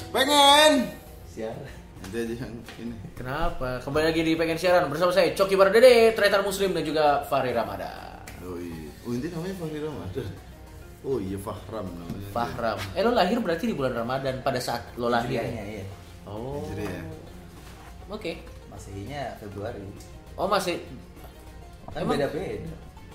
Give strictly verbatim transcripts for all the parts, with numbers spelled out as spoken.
Pengen. Siaran. Nanti aja yang ini. Kenapa? Kembali lagi di Pengen Siaran bersama saya Coki Bardede, Tretar Muslim dan juga Fahri Ramadan. Oh iya. Oh ini namanya Fahri Ramadan. Oh iya Fahram namanya. Fahram. Eh lo lahir berarti di bulan Ramadan pada saat lo lahir. Hijriahnya, iya. Oh. Hijriah. Oke. Masehinya Februari. Oh masih. Kan Emang? beda-beda.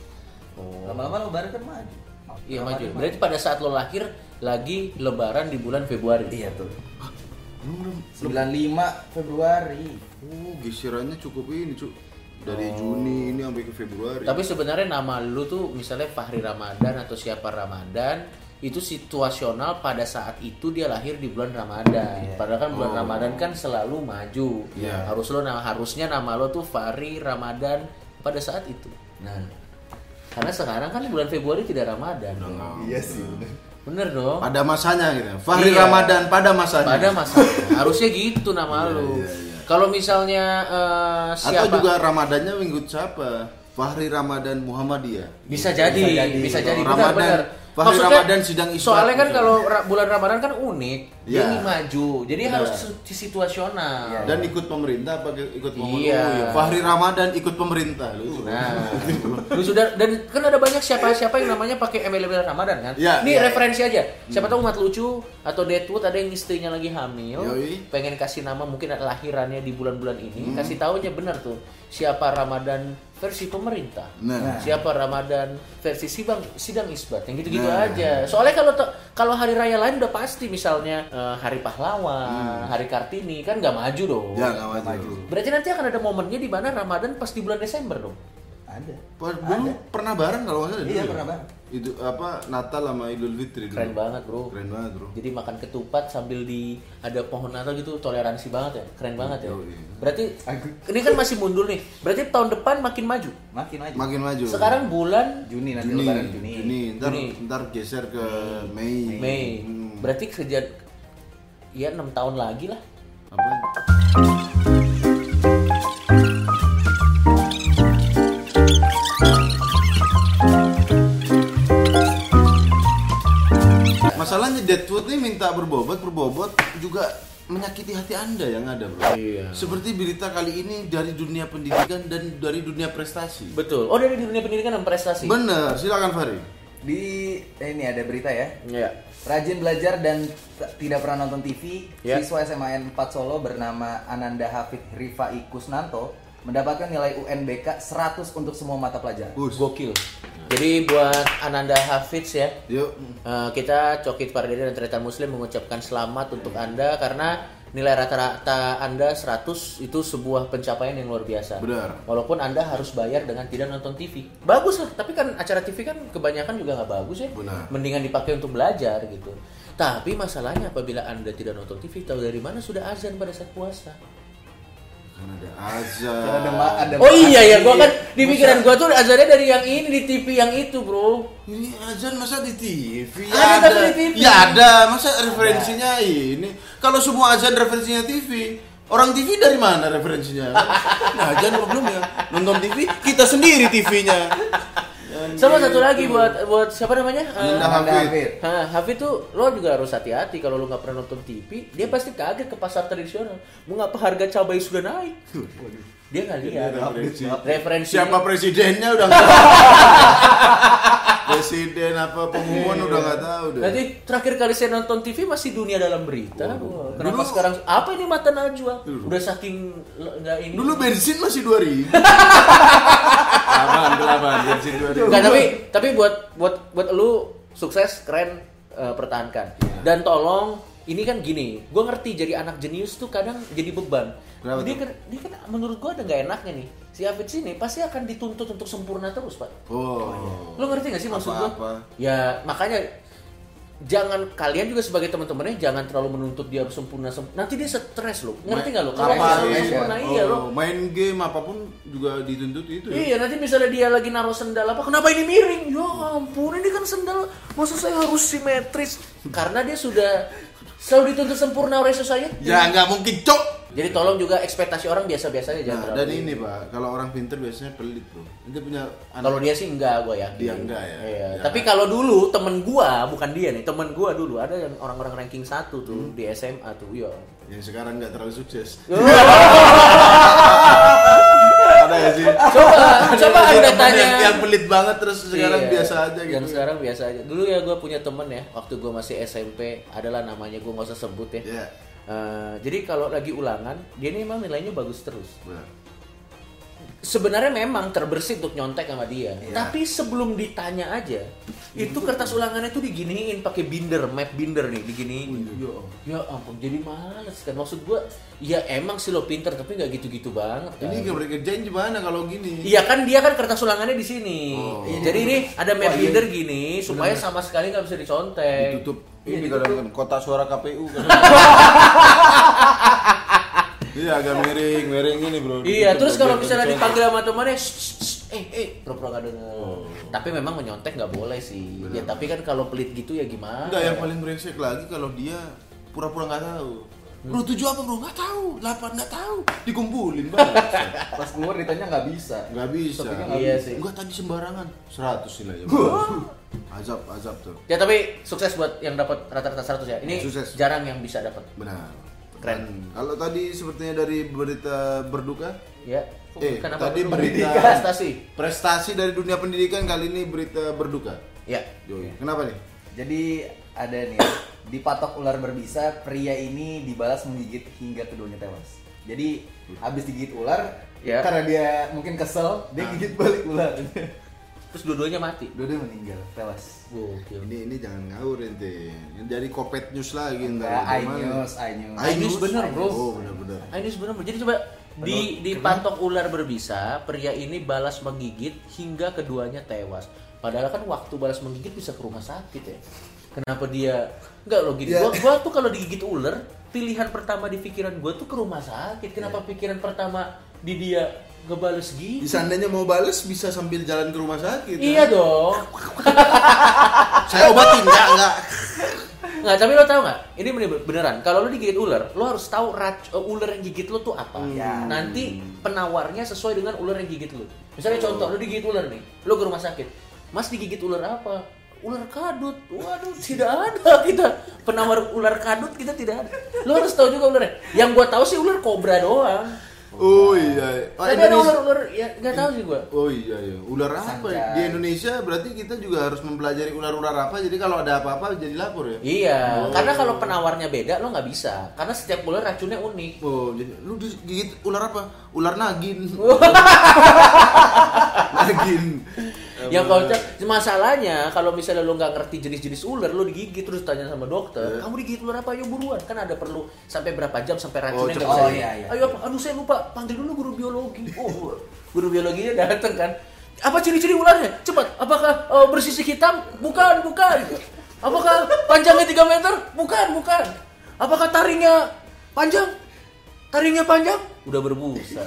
Oh. Lama-lama lebaran kan maju. Iya Ramadan maju. Berarti pada saat lo lahir lagi lebaran di bulan Februari. Iya tuh. Emang belum? sembilan puluh lima Februari. Oh geserannya cukup ini cu. Dari Oh. Juni ini sampai ke Februari. Tapi sebenarnya nama lu tuh misalnya Fahri Ramadan atau siapa Ramadan itu situasional pada saat itu dia lahir di bulan Ramadan. Iya. Padahal kan bulan Oh. Ramadan kan selalu maju. Iya. Harus lo nah, harusnya nama lo tuh Fahri Ramadan pada saat itu. Nah, karena sekarang kan bulan Februari tidak Ramadan. Udah nggak. Iya sih. Bener dong. Pada masanya gitu. Fahri Iya. Ramadan pada masanya. Pada masanya. Harusnya gitu nama Iya, lu. iya, iya. Kalau misalnya eh, siapa Atau juga Ramadannya minggu siapa? Fahri Ramadan Muhammadiyah. bisa jadi, Bisa jadi. bisa jadi, Kalau benar Ramadan, benar. Fahri Ramadan sidang isbat. Soalnya kan misalnya. kalau ra- bulan Ramadan kan unik, dia Iya. ini maju, jadi Benar. harus si- situasional. Iya. Dan ikut pemerintah apa ikut pemerintah? Iya. Oh, iya. Fahri Ramadan ikut pemerintah lu. Nah, lu sudah dan kan ada banyak siapa-siapa yang namanya pakai M L M Ramadan kan. Iya, Ini iya, referensi aja. Siapa tahu umat lucu atau Deadwood ada yang istrinya lagi hamil, Yoi. pengen kasih nama mungkin lahirannya di bulan-bulan ini, Hmm. kasih taunya benar tuh. Siapa Ramadan versi pemerintah. Nah. Siapa Ramadan versi sidang sidang isbat yang gitu-gitu Nah. aja. Soalnya kalau to- kalau hari raya lain udah pasti misalnya eh, hari pahlawan, hari Kartini kan nggak maju dong. Ya nggak maju. maju. Berarti nanti akan ada momennya di mana Ramadan pas di bulan Desember dong. Ada. Pa- Dulu Ada. pernah bareng kalau nggak salah. Iya, dulu ya? pernah bareng. Itu apa Natal sama Idul Fitri dulu. Keren banget bro. Keren banget bro. Jadi makan ketupat sambil di ada pohon Natal gitu toleransi banget ya. Keren banget ya. Yoi. Berarti ini kan masih mundur nih. Berarti tahun depan makin maju. Makin maju. Makin maju. Sekarang bulan Juni nanti Juni, lebaran Juni. Juni. Ntar, Juni. ntar geser ke Mei. Mei. Hmm. Berarti kerja ya enam tahun lagi lah. Apa? Masalahnya Deadwood nih minta berbobot, berbobot juga menyakiti hati Anda yang ada, bro. Iya. Seperti berita kali ini dari dunia pendidikan dan dari dunia prestasi. Betul. Oh dari dunia pendidikan dan prestasi. Bener, silakan Fahri. Di eh, ini ada berita ya. Iya. Rajin belajar dan t- tidak pernah nonton T V, Ya. siswa S M A N empat Solo bernama Ananda Hafid Rifai Kusnanto mendapatkan nilai U N B K seratus untuk semua mata pelajaran. Bus. Gokil. Jadi buat Ananda Hafiz ya, Yuk. eh, kita Coki Pardede dan Tretar Muslim mengucapkan selamat untuk Anda karena nilai rata-rata Anda seratus itu sebuah pencapaian yang luar biasa. Benar. Walaupun Anda harus bayar dengan tidak nonton T V. Bagus lah, tapi kan acara T V kan kebanyakan juga nggak bagus ya. Benar. Mendingan dipakai untuk belajar gitu. Tapi masalahnya apabila Anda tidak nonton T V, tahu dari mana sudah azan pada saat puasa? Kan ada azan. Karena ada ma- ada Oh iya ya, gua kan Masa- di pikiran gua tuh azannya dari yang ini di T V yang itu, Bro. Ini azan masa di T V? Ada, tapi di T V. Ya ada, masa referensinya ini? Kalau semua azan referensinya T V, orang T V dari mana referensinya? Nah, azan apa belum ya? Nonton T V, kita sendiri T V-nya. Sama satu lagi buat buat siapa namanya? Eh, Ananda Ananda Hafid. Hafid. Hah, Hafid tuh lo juga harus hati-hati kalau lo nggak pernah nonton T V, dia pasti kaget ke pasar tradisional. Mengapa harga cabai sudah naik? Dia nggak lihat. Referensi. Referensi. Siapa presidennya udah nggak Presiden apa pengumuman udah nggak tahu deh. Nanti terakhir kali saya nonton T V masih dunia dalam berita. Wah, kenapa Dulu- sekarang apa ini mata Najwa? Udah saking le- nggak ini. Dulu bensin masih dua ribu. Apaan, kelamaan bensin dua ribu. Enggak, tapi tapi buat buat buat lu sukses, keren, eh, pertahankan. Iya. Dan tolong ini kan gini, gue ngerti jadi anak jenius tuh kadang jadi beban. Kenapa Dia tuh? kan, dia kan menurut gue ada nggak enaknya nih. Si Hafid sini pasti akan dituntut untuk sempurna terus, Pak. Oh. Lu ngerti gak sih maksud gue? Apa-apa. Ya makanya jangan kalian juga sebagai teman-temannya jangan terlalu menuntut dia harus sempurna, sempurna. Nanti dia stres lo. Ngerti nggak lo? Kalau Apa- misalnya apa- sempurna Oh, iya lo. main game apapun juga dituntut itu ya? Iya, nanti misalnya dia lagi naruh sendal apa, kenapa ini miring? Ya ampun, ini kan sendal, masa saya harus simetris? Karena dia sudah selalu dituntut sempurna oleh society. Ya nggak mungkin, Cok. Jadi tolong juga ekspektasi orang biasa-biasa aja jangan Nah, terlalu dan tinggi. ini Pak, kalau orang pinter biasanya pelit bro. Dia punya anak. Kalau dia sih enggak gue ya. Dia enggak ya? Iya. Ya. Tapi kalau dulu temen gua, bukan dia nih, temen gua dulu ada yang orang-orang ranking satu tuh di S M A tuh, iya. Yang sekarang nggak terlalu sukses. Oh. Ada ya sih? Coba, coba Ada Anda temen tanya. yang, yang pelit banget terus sekarang Iya, biasa aja gitu. Yang sekarang biasa aja. Dulu ya gue punya temen ya, waktu gue masih S M P, adalah namanya gue nggak usah sebut ya. Iya. Eh, jadi kalau lagi ulangan, dia ini emang nilainya bagus terus. Benar. Sebenarnya memang terbersih untuk nyontek sama dia. Iya. Tapi sebelum ditanya aja, itu kertas ulangannya tuh diginiin pakai binder, map binder nih, diginiin. Ya ampun, jadi males kan. Maksud gua, ya emang sih lo pinter, tapi nggak gitu-gitu banget kan. Ini nggak boleh kerjain gimana kalau gini? Iya kan dia kan kertas ulangannya di sini. Oh. Jadi ini ada map Wah, iya. binder gini supaya sama sekali nggak bisa dicontek. Ditutup Iya, ini ditutup. kadang kotak suara K P U kan. Iya agak miring, miring gini bro. Iya, Ditutup terus kalau biar misalnya dicontek. dipanggil sama temannya, "Shh, shh, shh, eh, eh, pura-pura nggak denger. Oh. Tapi memang menyontek nggak boleh sih. Ya tapi kan kalau pelit gitu ya gimana? Enggak, yang paling brengsek lagi kalau dia pura-pura nggak tahu. Bro tujuh apa bro? Nggak tahu. Delapan nggak tahu. Dikumpulin banget. Pas keluar ditanya nggak bisa. Nggak bisa. Topiknya nggak Iya bisa. sih. Enggak tadi sembarangan. Seratus nilainya. Azab, azab tuh. Ya tapi sukses buat yang dapat rata-rata seratus ya. Ini Sukses. jarang yang bisa dapat. Benar. Keren. Dan kalau tadi sepertinya dari berita berduka, Ya. Eh, Kenapa tadi belum berita- prestasi? prestasi dari dunia pendidikan kali ini berita berduka. Ya. Yoi. Kenapa nih? Jadi ada nih, dipatok ular berbisa, pria ini dibalas menggigit hingga keduanya tewas. Jadi habis digigit ular, Ya. karena dia mungkin kesel, dia gigit balik ular. Terus dua-duanya mati. Dua-duanya meninggal, tewas. Gokil. Ini ini jangan ngawur ente. Yang dari Kopet News lagi Enggak, ntar. I Gimana? news, I news. iNews bener, bro. Oh benar-benar. Ah, ini sebenarnya jadi coba di di patok ular berbisa, pria ini balas menggigit hingga keduanya tewas. Padahal kan waktu balas menggigit bisa ke rumah sakit ya. Kenapa dia enggak lo gini? Ya. Gua, gua tuh kalau digigit ular, pilihan pertama di pikiran gua tuh ke rumah sakit. Kenapa pikiran pertama di dia ngebales gitu? Seandainya mau bales bisa sambil jalan ke rumah sakit. Iya kan? dong. Saya obatin enggak enggak. Nggak, tapi lo tau nggak? Ini bener- beneran. Kalau lo digigit ular, lo harus tahu rac- uh, ular yang gigit lo tuh apa. Ya. Nanti penawarnya sesuai dengan ular yang gigit lo. Misalnya contoh, lo digigit ular nih, lo ke rumah sakit. Mas digigit ular apa? Ular kadut. Waduh, tidak ada kita penawar ular kadut, kita tidak ada. Lo harus tahu juga ularnya. Yang gua tahu sih ular kobra doang. Oh iya. Oh, Tapi ada Indonesia- ular-ular ya nggak tahu sih gua. Oh iya iya. Ular apa? Sanjay. Di Indonesia berarti kita juga harus mempelajari ular-ular apa. Jadi kalau ada apa-apa jadi lapor ya. Iya, Oh. karena kalau penawarnya beda lo nggak bisa. Karena setiap ular racunnya unik. Oh, jadi lu digigit ular apa? Ular nagin. Nagin. Yang kocak masalahnya kalau misalnya lo nggak ngerti jenis-jenis ular, lo digigit terus tanya sama dokter, Eh. kamu digigit ular apa? Ayo buruan, kan ada perlu sampai berapa jam sampai Oh, racunnya nggak cepat. bisa. Oh, di- iya, iya. Ayo apa? Aduh saya lupa, panggil dulu guru biologi. Oh, guru biologinya datang kan. Apa ciri-ciri ularnya? Cepat. Apakah oh, bersisik hitam? Bukan, bukan. Apakah panjangnya tiga meter? Bukan, bukan. Apakah taringnya panjang? Taringnya panjang? Udah berbusa.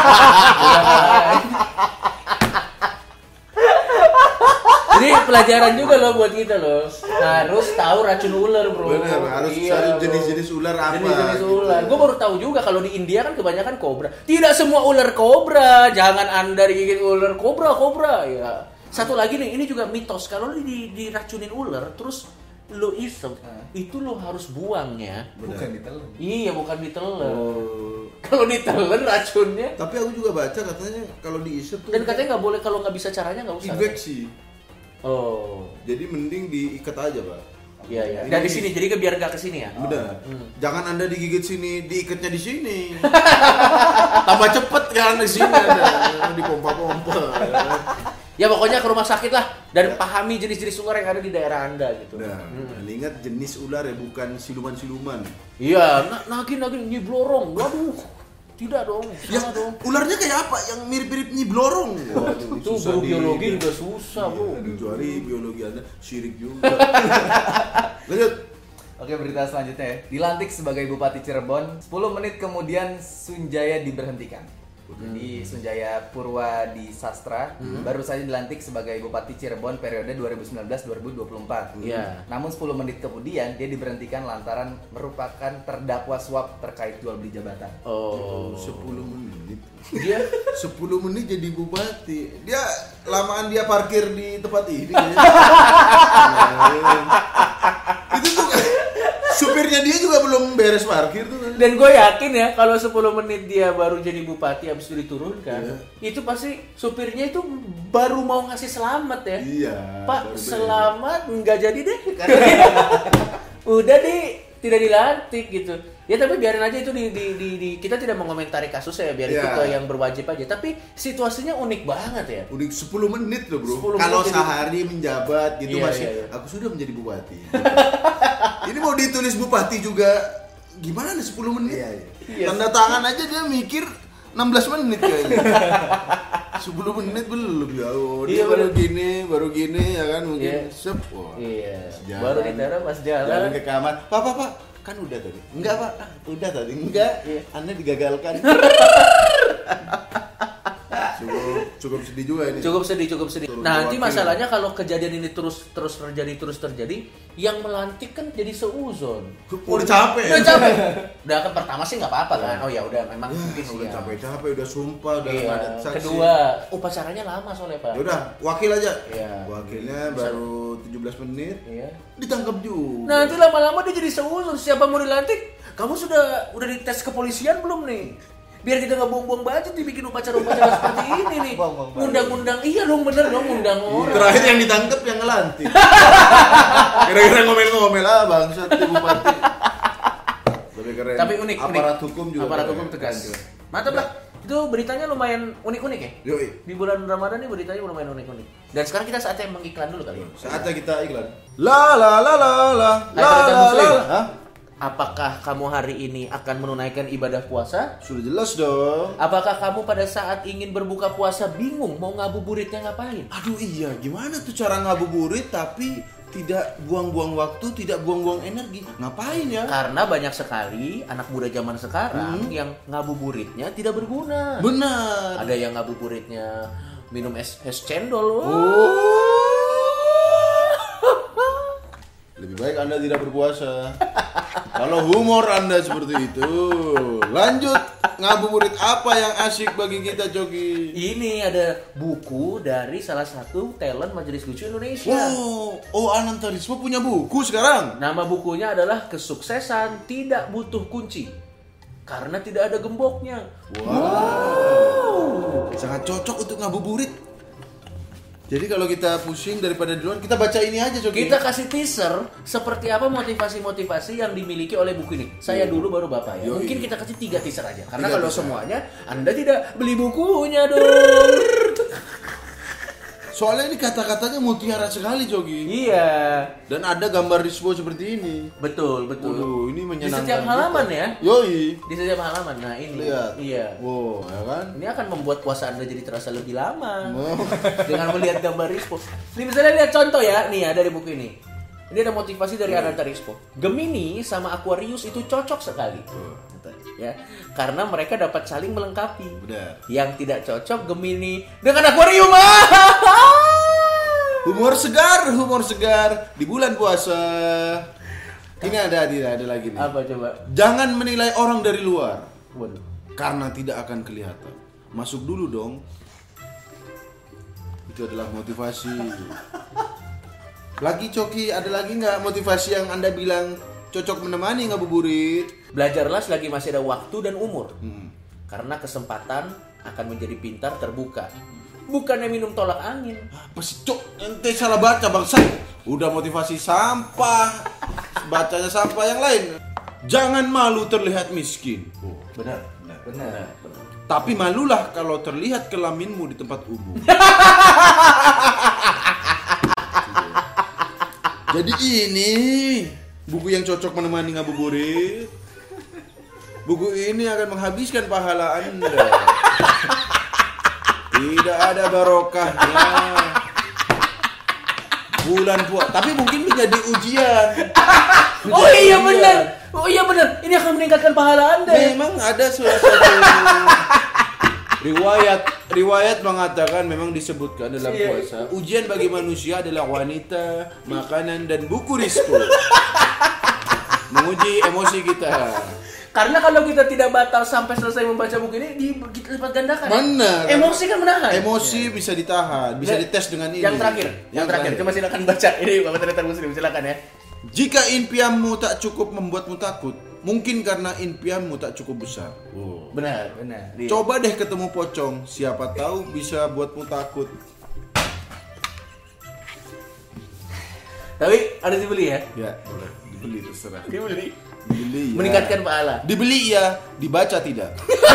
Jadi pelajaran juga loh buat kita loh. Harus tahu racun ular, bro. Bener, harus Iya, cari bro. jenis-jenis ular apa. Jenis-jenis gitu. ular. Gue baru tahu juga kalau di India kan kebanyakan kobra. Tidak semua ular kobra. Jangan Anda digigit ular kobra, kobra ya. Satu lagi nih, ini juga mitos. Kalau lu di, diracunin ular terus lo iseng, itu lo harus buangnya. Bukan ditelan. Iya, bukan ditelan. Oh. Kalau ditelan racunnya. Tapi aku juga baca katanya kalau diisep tuh Dan katanya nggak boleh kalau nggak bisa caranya nggak usah. infeksi. Oh. Jadi mending diikat aja, Pak. Iya iya. Dan di sini jadi ke biar nggak ke sini ya. Udah. Jangan Anda digigit sini, diikatnya di sini. Tambah cepet kan di sini ada dipompa-pompa. Ya pokoknya ke rumah sakit lah dan pahami jenis-jenis ular yang ada di daerah Anda gitu. Nah, dan ingat jenis ular ya bukan siluman-siluman. Iya, na- nagin-nagin nyiblorong. Waduh. Tidak dong. Ya, Salah dong. ularnya kayak apa? Yang mirip-mirip nyi blorong. Waduh, itu guru biologi juga susah, Bro. Kecuali biologi Anda syirik juga. Lanjut. Oke, berita selanjutnya ya. Dilantik sebagai Bupati Cirebon, sepuluh menit kemudian Sunjaya diberhentikan. Jadi Sunjaya Purwadi Sastra hmm. baru saja dilantik sebagai Bupati Cirebon periode dua ribu sembilan belas sampai dua ribu dua puluh empat. Iya. Namun sepuluh menit kemudian dia diberhentikan lantaran merupakan terdakwa suap terkait jual beli jabatan. Oh, sepuluh menit. Dia sepuluh menit jadi bupati. Dia lamaan dia parkir di tempat ini. Itu tuh supirnya dia juga belum beres parkir tuh. Dan gue yakin ya kalau sepuluh menit dia baru jadi bupati habis itu diturunkan, yeah. itu pasti supirnya itu baru mau ngasih selamat ya. Iya. Pak, selamat nggak jadi deh karena udah di tidak dilantik gitu. Ya tapi biarin aja itu di, di, di, di kita tidak mengomentari kasusnya ya, biar yeah. itu ke yang berwajib aja. Tapi situasinya unik banget ya. Unik sepuluh menit loh, Bro. Kalau sehari jadi... menjabat gitu yeah, masih yeah, yeah. aku sudah menjadi bupati. Ini mau ditulis bupati juga gimana sepuluh menit? Iya, iya. Tanda tangan aja dia mikir enam belas menit kayaknya. sepuluh menit belum ya. Oh, dia iya, baru bener. gini, baru gini ya kan mungkin yeah. sep. Oh, iya. Jalan, baru ditaruh pas jalan. Jalan ke kamar. Pak, Pak, Pak, kan udah tadi. Enggak, Pak. Ah, udah tadi. Enggak. Iya. Anda digagalkan. cukup cukup sedih juga ini. Cukup sedih, cukup sedih. Turun nah, nanti masalahnya ya. Kalau kejadian ini terus terus terjadi terus terjadi, yang melantik kan jadi seuzon. Udah capek. Udah capek. Udah kan pertama sih nggak apa-apa kan. Oh ya udah memang ya, mungkin udah ya. capek-capek, udah sumpah, udah iya. ada saksi. Kedua, upacaranya lama soalnya, Pak. Ya udah, wakil aja. Iya. Wakilnya baru tujuh belas menit. Iya. Ditangkap juga. Nanti lama-lama dia jadi seuzon. Siapa mau dilantik? Kamu sudah udah dites kepolisian belum nih? Biar kita nggak buang-buang budget dibikin upacara-upacara seperti ini nih. Undang-undang, iya dong bener dong undang orang. Terakhir yang ditangkap yang ngelantik. Kira-kira ngomel-ngomel ah bangsat di bupati. Tapi keren. Tapi unik. Aparat unik. hukum juga. Aparat hukum tegas. Mantap lah. Itu beritanya lumayan unik-unik ya. Yoi. Di bulan Ramadan nih beritanya lumayan unik-unik. Dan sekarang kita saatnya mengiklan dulu kali ya. Saatnya kita iklan. La la la la la. La la la. Apakah kamu hari ini akan menunaikan ibadah puasa? Sudah jelas dong. Apakah kamu pada saat ingin berbuka puasa bingung mau ngabuburitnya ngapain? Aduh iya, gimana tuh cara ngabuburit tapi tidak buang-buang waktu, tidak buang-buang energi. Ngapain ya? Karena banyak sekali anak muda zaman sekarang hmm. yang ngabuburitnya tidak berguna. Benar. Ada yang ngabuburitnya minum es es cendol. Oh. Lebih baik Anda tidak berpuasa. Kalau humor Anda seperti itu, lanjut ngabuburit apa yang asyik bagi kita, Coki? Ini ada buku dari salah satu talent Majelis Lucu Indonesia. Wow, oh Anantarismo punya buku sekarang. Nama bukunya adalah Kesuksesan Tidak Butuh Kunci Karena Tidak Ada Gemboknya. Wow, wow. Sangat cocok untuk ngabuburit. Jadi kalau kita pusing daripada di luar, kita baca ini aja, Coki. Kita kasih teaser seperti apa motivasi-motivasi yang dimiliki oleh buku ini. Saya dulu baru Bapak ya. Yoi. Mungkin kita kasih tiga teaser aja. Karena tiga kalau teaser. Semuanya Anda tidak beli bukunya dong. Soalnya ini kata-katanya mutiara sekali, Jogi. Iya. Dan ada gambar Rispo seperti ini. Betul, betul. Waduh, ini menyenangkan. Di setiap halaman juga. Ya. Yoi. Di setiap halaman. Nah, ini. Lihat. Iya. Wow, ya kan? Ini akan membuat puasa Anda jadi terasa lebih lama. Oh. Dengan melihat gambar Rispo. Ini misalnya lihat contoh ya, nih ya dari buku ini. Ini ada motivasi dari Ananta Rispo. Gemini sama Aquarius itu cocok sekali. Oh. Ya, karena mereka dapat saling melengkapi. Benar. Yang tidak cocok Gemini dengan Aquarium. Humor segar, humor segar di bulan puasa. Ini ada, ada, ada lagi nih. Apa coba? Jangan menilai orang dari luar. Waduh. Karena tidak akan kelihatan. Masuk dulu dong. Itu adalah motivasi. Lagi Coki, ada lagi nggak motivasi yang Anda bilang cocok menemani ngabuburit? Belajarlah selagi masih ada waktu dan umur. Hmm. Karena kesempatan akan menjadi pintar terbuka. Bukannya minum tolak angin. Apa sih, Cok? Ente salah baca, bangsa. Udah motivasi sampah. Bacanya sampah yang lain. Jangan malu terlihat miskin. Oh, benar, benar, benar, benar. Tapi malulah kalau terlihat kelaminmu di tempat umum. Jadi ini buku yang cocok menemani ngabuburit. Buku ini akan menghabiskan pahala Anda. Tidak ada barokahnya. Bulan puasa, tapi mungkin menjadi ujian. Menjadi oh iya ujian. benar. Oh iya benar. Ini akan meningkatkan pahala Anda. Memang ada suatu riwayat riwayat mengatakan memang disebutkan dalam puasa ujian bagi manusia adalah wanita, makanan dan buku risiko. Menguji emosi kita. Karena kalau kita tidak batal sampai selesai membaca buku ini dilipat gandakan. Benar. Emosi kan menahan. Emosi ya. Bisa ditahan, bisa dites dengan ini. Yang terakhir, yang, yang terakhir. Coba silakan baca. Ini Bapak Tretan Muslim, silakan ya. Jika impianmu tak cukup membuatmu takut, mungkin karena impianmu tak cukup besar. Oh. Benar, benar. Dia. Coba deh ketemu pocong, siapa tahu bisa buatmu takut. Tapi ada dibeli ya? Ya, boleh. Dibeli terserah. Dibeli. Dibeli ya. Meningkatkan pahala. Dibeli ya, dibaca tidak.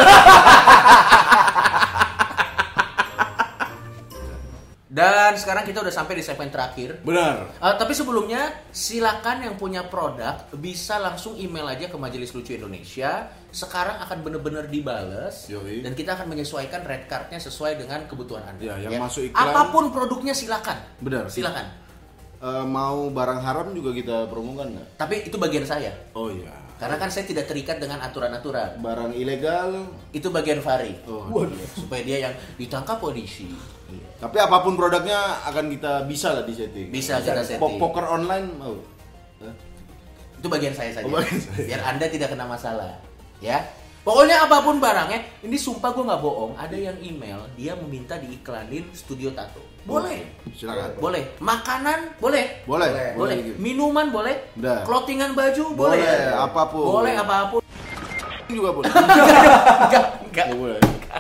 Dan sekarang kita udah sampai di segmen terakhir. Benar. Uh, tapi sebelumnya silakan yang punya produk bisa langsung email aja ke Majelis Lucu Indonesia. Sekarang akan benar-benar dibales. Yoi. Dan kita akan menyesuaikan red cardnya sesuai dengan kebutuhan Anda. Ya, yang ya. masuk iklan. Apapun produknya silakan. Benar. Silakan. Uh, mau barang haram juga kita promokan nggak? Tapi itu bagian saya. Oh iya. Karena kan saya tidak terikat dengan aturan-aturan. Barang ilegal itu bagian Fahri. Oh, waduh, supaya dia yang ditangkap polisi. Iya. Tapi apapun produknya akan kita bisa lah disetting. Bisa kita setting. Poker online mau. Huh? Itu bagian saya saja. Oh, bagian saya. Biar Anda tidak kena masalah. Ya. Pokoknya apapun barangnya, ini sumpah gue nggak bohong. Ada yang email, dia meminta diiklanin studio tato. Boleh. Silakan. Boleh. Makanan boleh. Boleh. Boleh. boleh. Minuman boleh. Udah. Clothingan baju boleh. Boleh. Apapun. Boleh apapun. Juga boleh. Enggak, enggak. Boleh.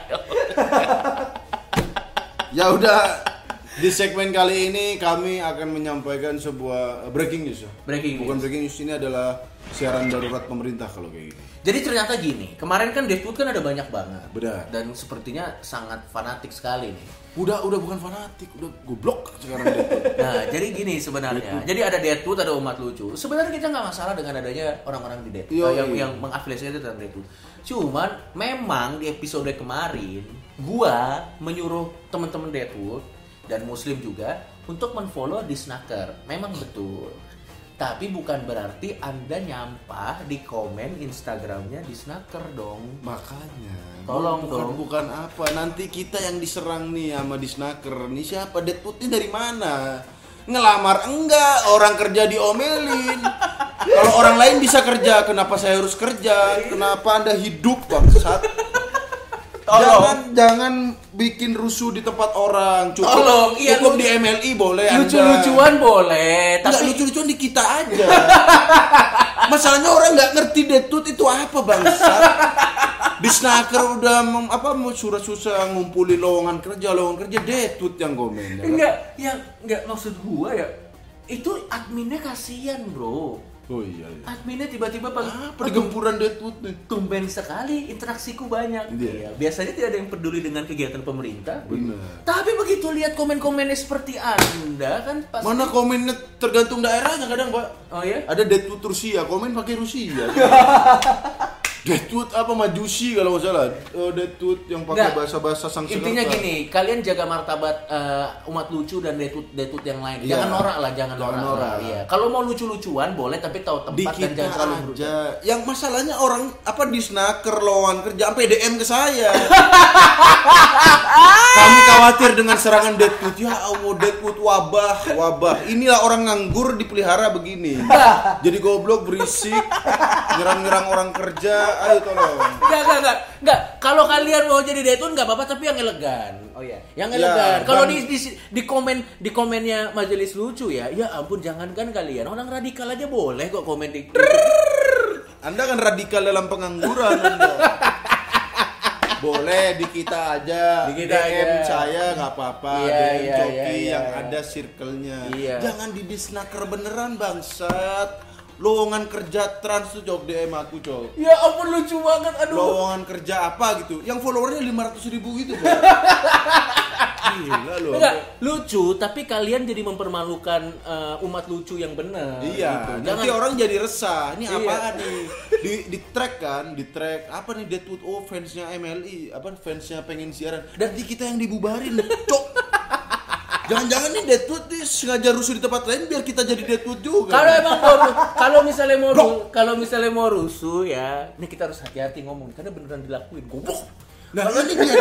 Ya udah. Di segmen kali ini kami akan menyampaikan sebuah breaking news. Breaking Bukan news. breaking news, ini adalah siaran darurat pemerintah kalau kayak gini. Jadi ternyata gini, kemarin kan Deadwood kan ada banyak banget. Benar. Dan sepertinya sangat fanatik sekali nih. Udah udah bukan fanatik, udah goblok sekarang Deadwood. Nah, jadi gini sebenarnya. Deadwood. Jadi ada Deadwood, ada umat lucu. Sebenarnya kita nggak masalah dengan adanya orang-orang di Deadwood Yo, yang iya. yang mengafiliasi dengan Deadwood. Cuman memang di episode kemarin gua menyuruh teman-teman Deadwood dan Muslim juga untuk menfollow di Snacker. Memang betul. Tapi bukan berarti Anda nyampah di komen Instagramnya di Snacker dong. Makanya. Tolong bukan, dong. Bukan apa, nanti kita yang diserang nih sama di snacker. Nih siapa? Deadwood ini dari mana? Ngelamar enggak, orang kerja diomelin. Kalau orang lain bisa kerja, kenapa saya harus kerja? Kenapa Anda hidup bangsat? Jangan jangan bikin rusuh di tempat orang. Cukup, Tolong, iya, cukup lu- di M L I boleh. Lucu-lucuan boleh, Tapi tapi lucu-lucuan di kita aja. Masalahnya orang nggak ngerti Deadwood itu apa bangsat. Di snacker udah mem, apa mau susah-susah ngumpulin lowongan kerja, lowongan kerja Deadwood yang komen. Ya, enggak, yang enggak maksud gua ya. Itu adminnya kasihan, Bro. oh iya. iya. Adminnya tiba-tiba pas Apa di gempuran Deadwood nih? tumben sekali interaksiku banyak. Iya. Iya. Biasanya tidak ada yang peduli dengan kegiatan pemerintah. Benar. Tapi begitu lihat komen-komennya seperti Anda kan pasti. Mana komennya tergantung daerahnya kadang, Pak. Oh ya? Ada Deadwood Rusia, komen pakai Rusia. Deadwood apa Majusi kalau nggak salah. Oh, Deadwood yang pakai Nggak. bahasa-bahasa sang Intinya senata. gini, kalian jaga martabat eh, umat lucu dan Deadwood Deadwood yang lain. Iya. Jangan norak lah, jangan, Jangan norak. lah. norak. Iya. Kalau mau lucu-lucuan boleh tapi tahu tempat Di dan kita jangan terlalu aja. berusaha. Yang masalahnya orang apa di snacker lowongan kerja sampai D M ke saya. Kami khawatir dengan serangan Deadwood. Ya Allah, Deadwood wabah, wabah. Inilah orang nganggur dipelihara begini. Jadi goblok, berisik, nyerang-nyerang orang kerja. Ayo tolong. Enggak, enggak, enggak. Enggak. Kalau kalian mau jadi Deadwood enggak apa-apa tapi yang elegan. Oh iya. Yang Ya, elegan. Kalau Bang. di, di di komen di komennya Majelis Lucu ya, ya ampun jangankan kalian, orang radikal aja boleh kok komen di. Anda kan radikal dalam pengangguran Anda. Boleh di kita aja, Di kita D M aja. saya nggak apa-apa, Iya, D M iya, Coki iya, iya, yang iya. ada circle-nya. Iya. Jangan di disnaker beneran bangsat. Lowongan kerja trans tuh Cok, D M aku Cok. Ya ampun lucu banget, aduh. Lowongan kerja apa gitu? Yang followernya lima ratus ribu gitu Cok. Gila loh. Enggak, lucu tapi kalian jadi mempermalukan eh, umat lucu yang benar. Iya, gitu. nanti orang jadi resah. Ini Iya. apaan nih? Di di track kan, di track apa nih Deadwood? Oh, fansnya M L I, apa fansnya pengen siaran. Dan di kita yang dibubarin, Cok. Jangan-jangan nih Deadwood nih sengaja rusuh di tempat lain biar kita jadi Deadwood juga. Kalau emang mau ru- kalau misalnya mau ru- kalau misalnya mau rusuh ya, ini kita harus hati-hati ngomong karena beneran dilakuin. Goblok. Nah, ini dia.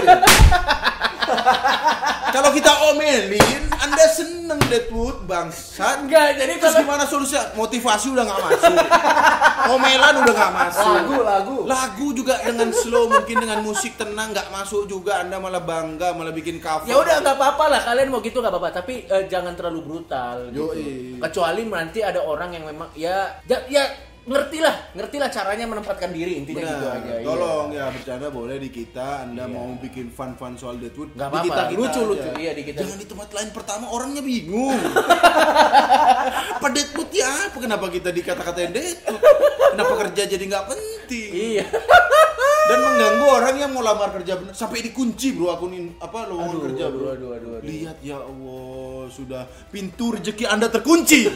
Kalau kita omelin, Anda seneng Deadwood bangsat. Enggak, jadi terus kalau gimana solusinya? Motivasi udah nggak masuk, omelan udah nggak masuk. Lagu, lagu. Lagu juga dengan slow, mungkin dengan musik tenang nggak masuk juga. Anda malah bangga, malah bikin cover. ya udah nggak apa-apa lah, kalian mau gitu nggak apa-apa, tapi eh, jangan terlalu brutal gitu. Yoi. Kecuali nanti ada orang yang memang ya ya, ya ngertilah, ngertilah caranya menempatkan diri, intinya Benar. gitu aja. Tolong iya. ya bercanda boleh di kita. Anda Iya. mau bikin fun-fun soal Deadwood, Nggak di apa-apa, kita-kita lucu-lucu. aja. Iya, di kita. Jangan di tempat lain, pertama orangnya bingung. Apa Deadwood ya apa? Kenapa kita dikata-katain Deadwood? Kenapa kerja jadi nggak penting? Iya. Dan mengganggu orang yang mau lamar kerja bener. Sampai dikunci bro akunin apa lowongan Aduh, kerja bro. aduh, aduh, aduh, aduh. Lihat ya Allah, sudah pintu rezeki Anda terkunci.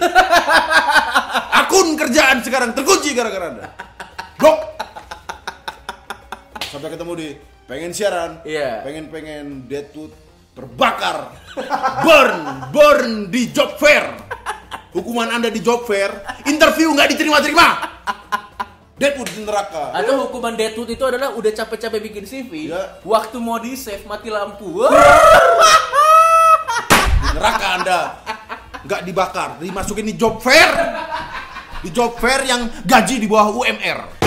Akun kerjaan sekarang terkunci gara-gara Anda. Blok. Sampai ketemu di pengen siaran, Iya. pengen-pengen Deadwood terbakar, burn, burn di job fair. Hukuman Anda di job fair, interview nggak diterima-terima. Deadwood di neraka. Atau hukuman Deadwood itu adalah udah capek-capek bikin C V, Ya. waktu mau di save mati lampu. Di neraka Anda. Nggak dibakar, dimasukin di job fair. Di job fair yang gaji di bawah U M R.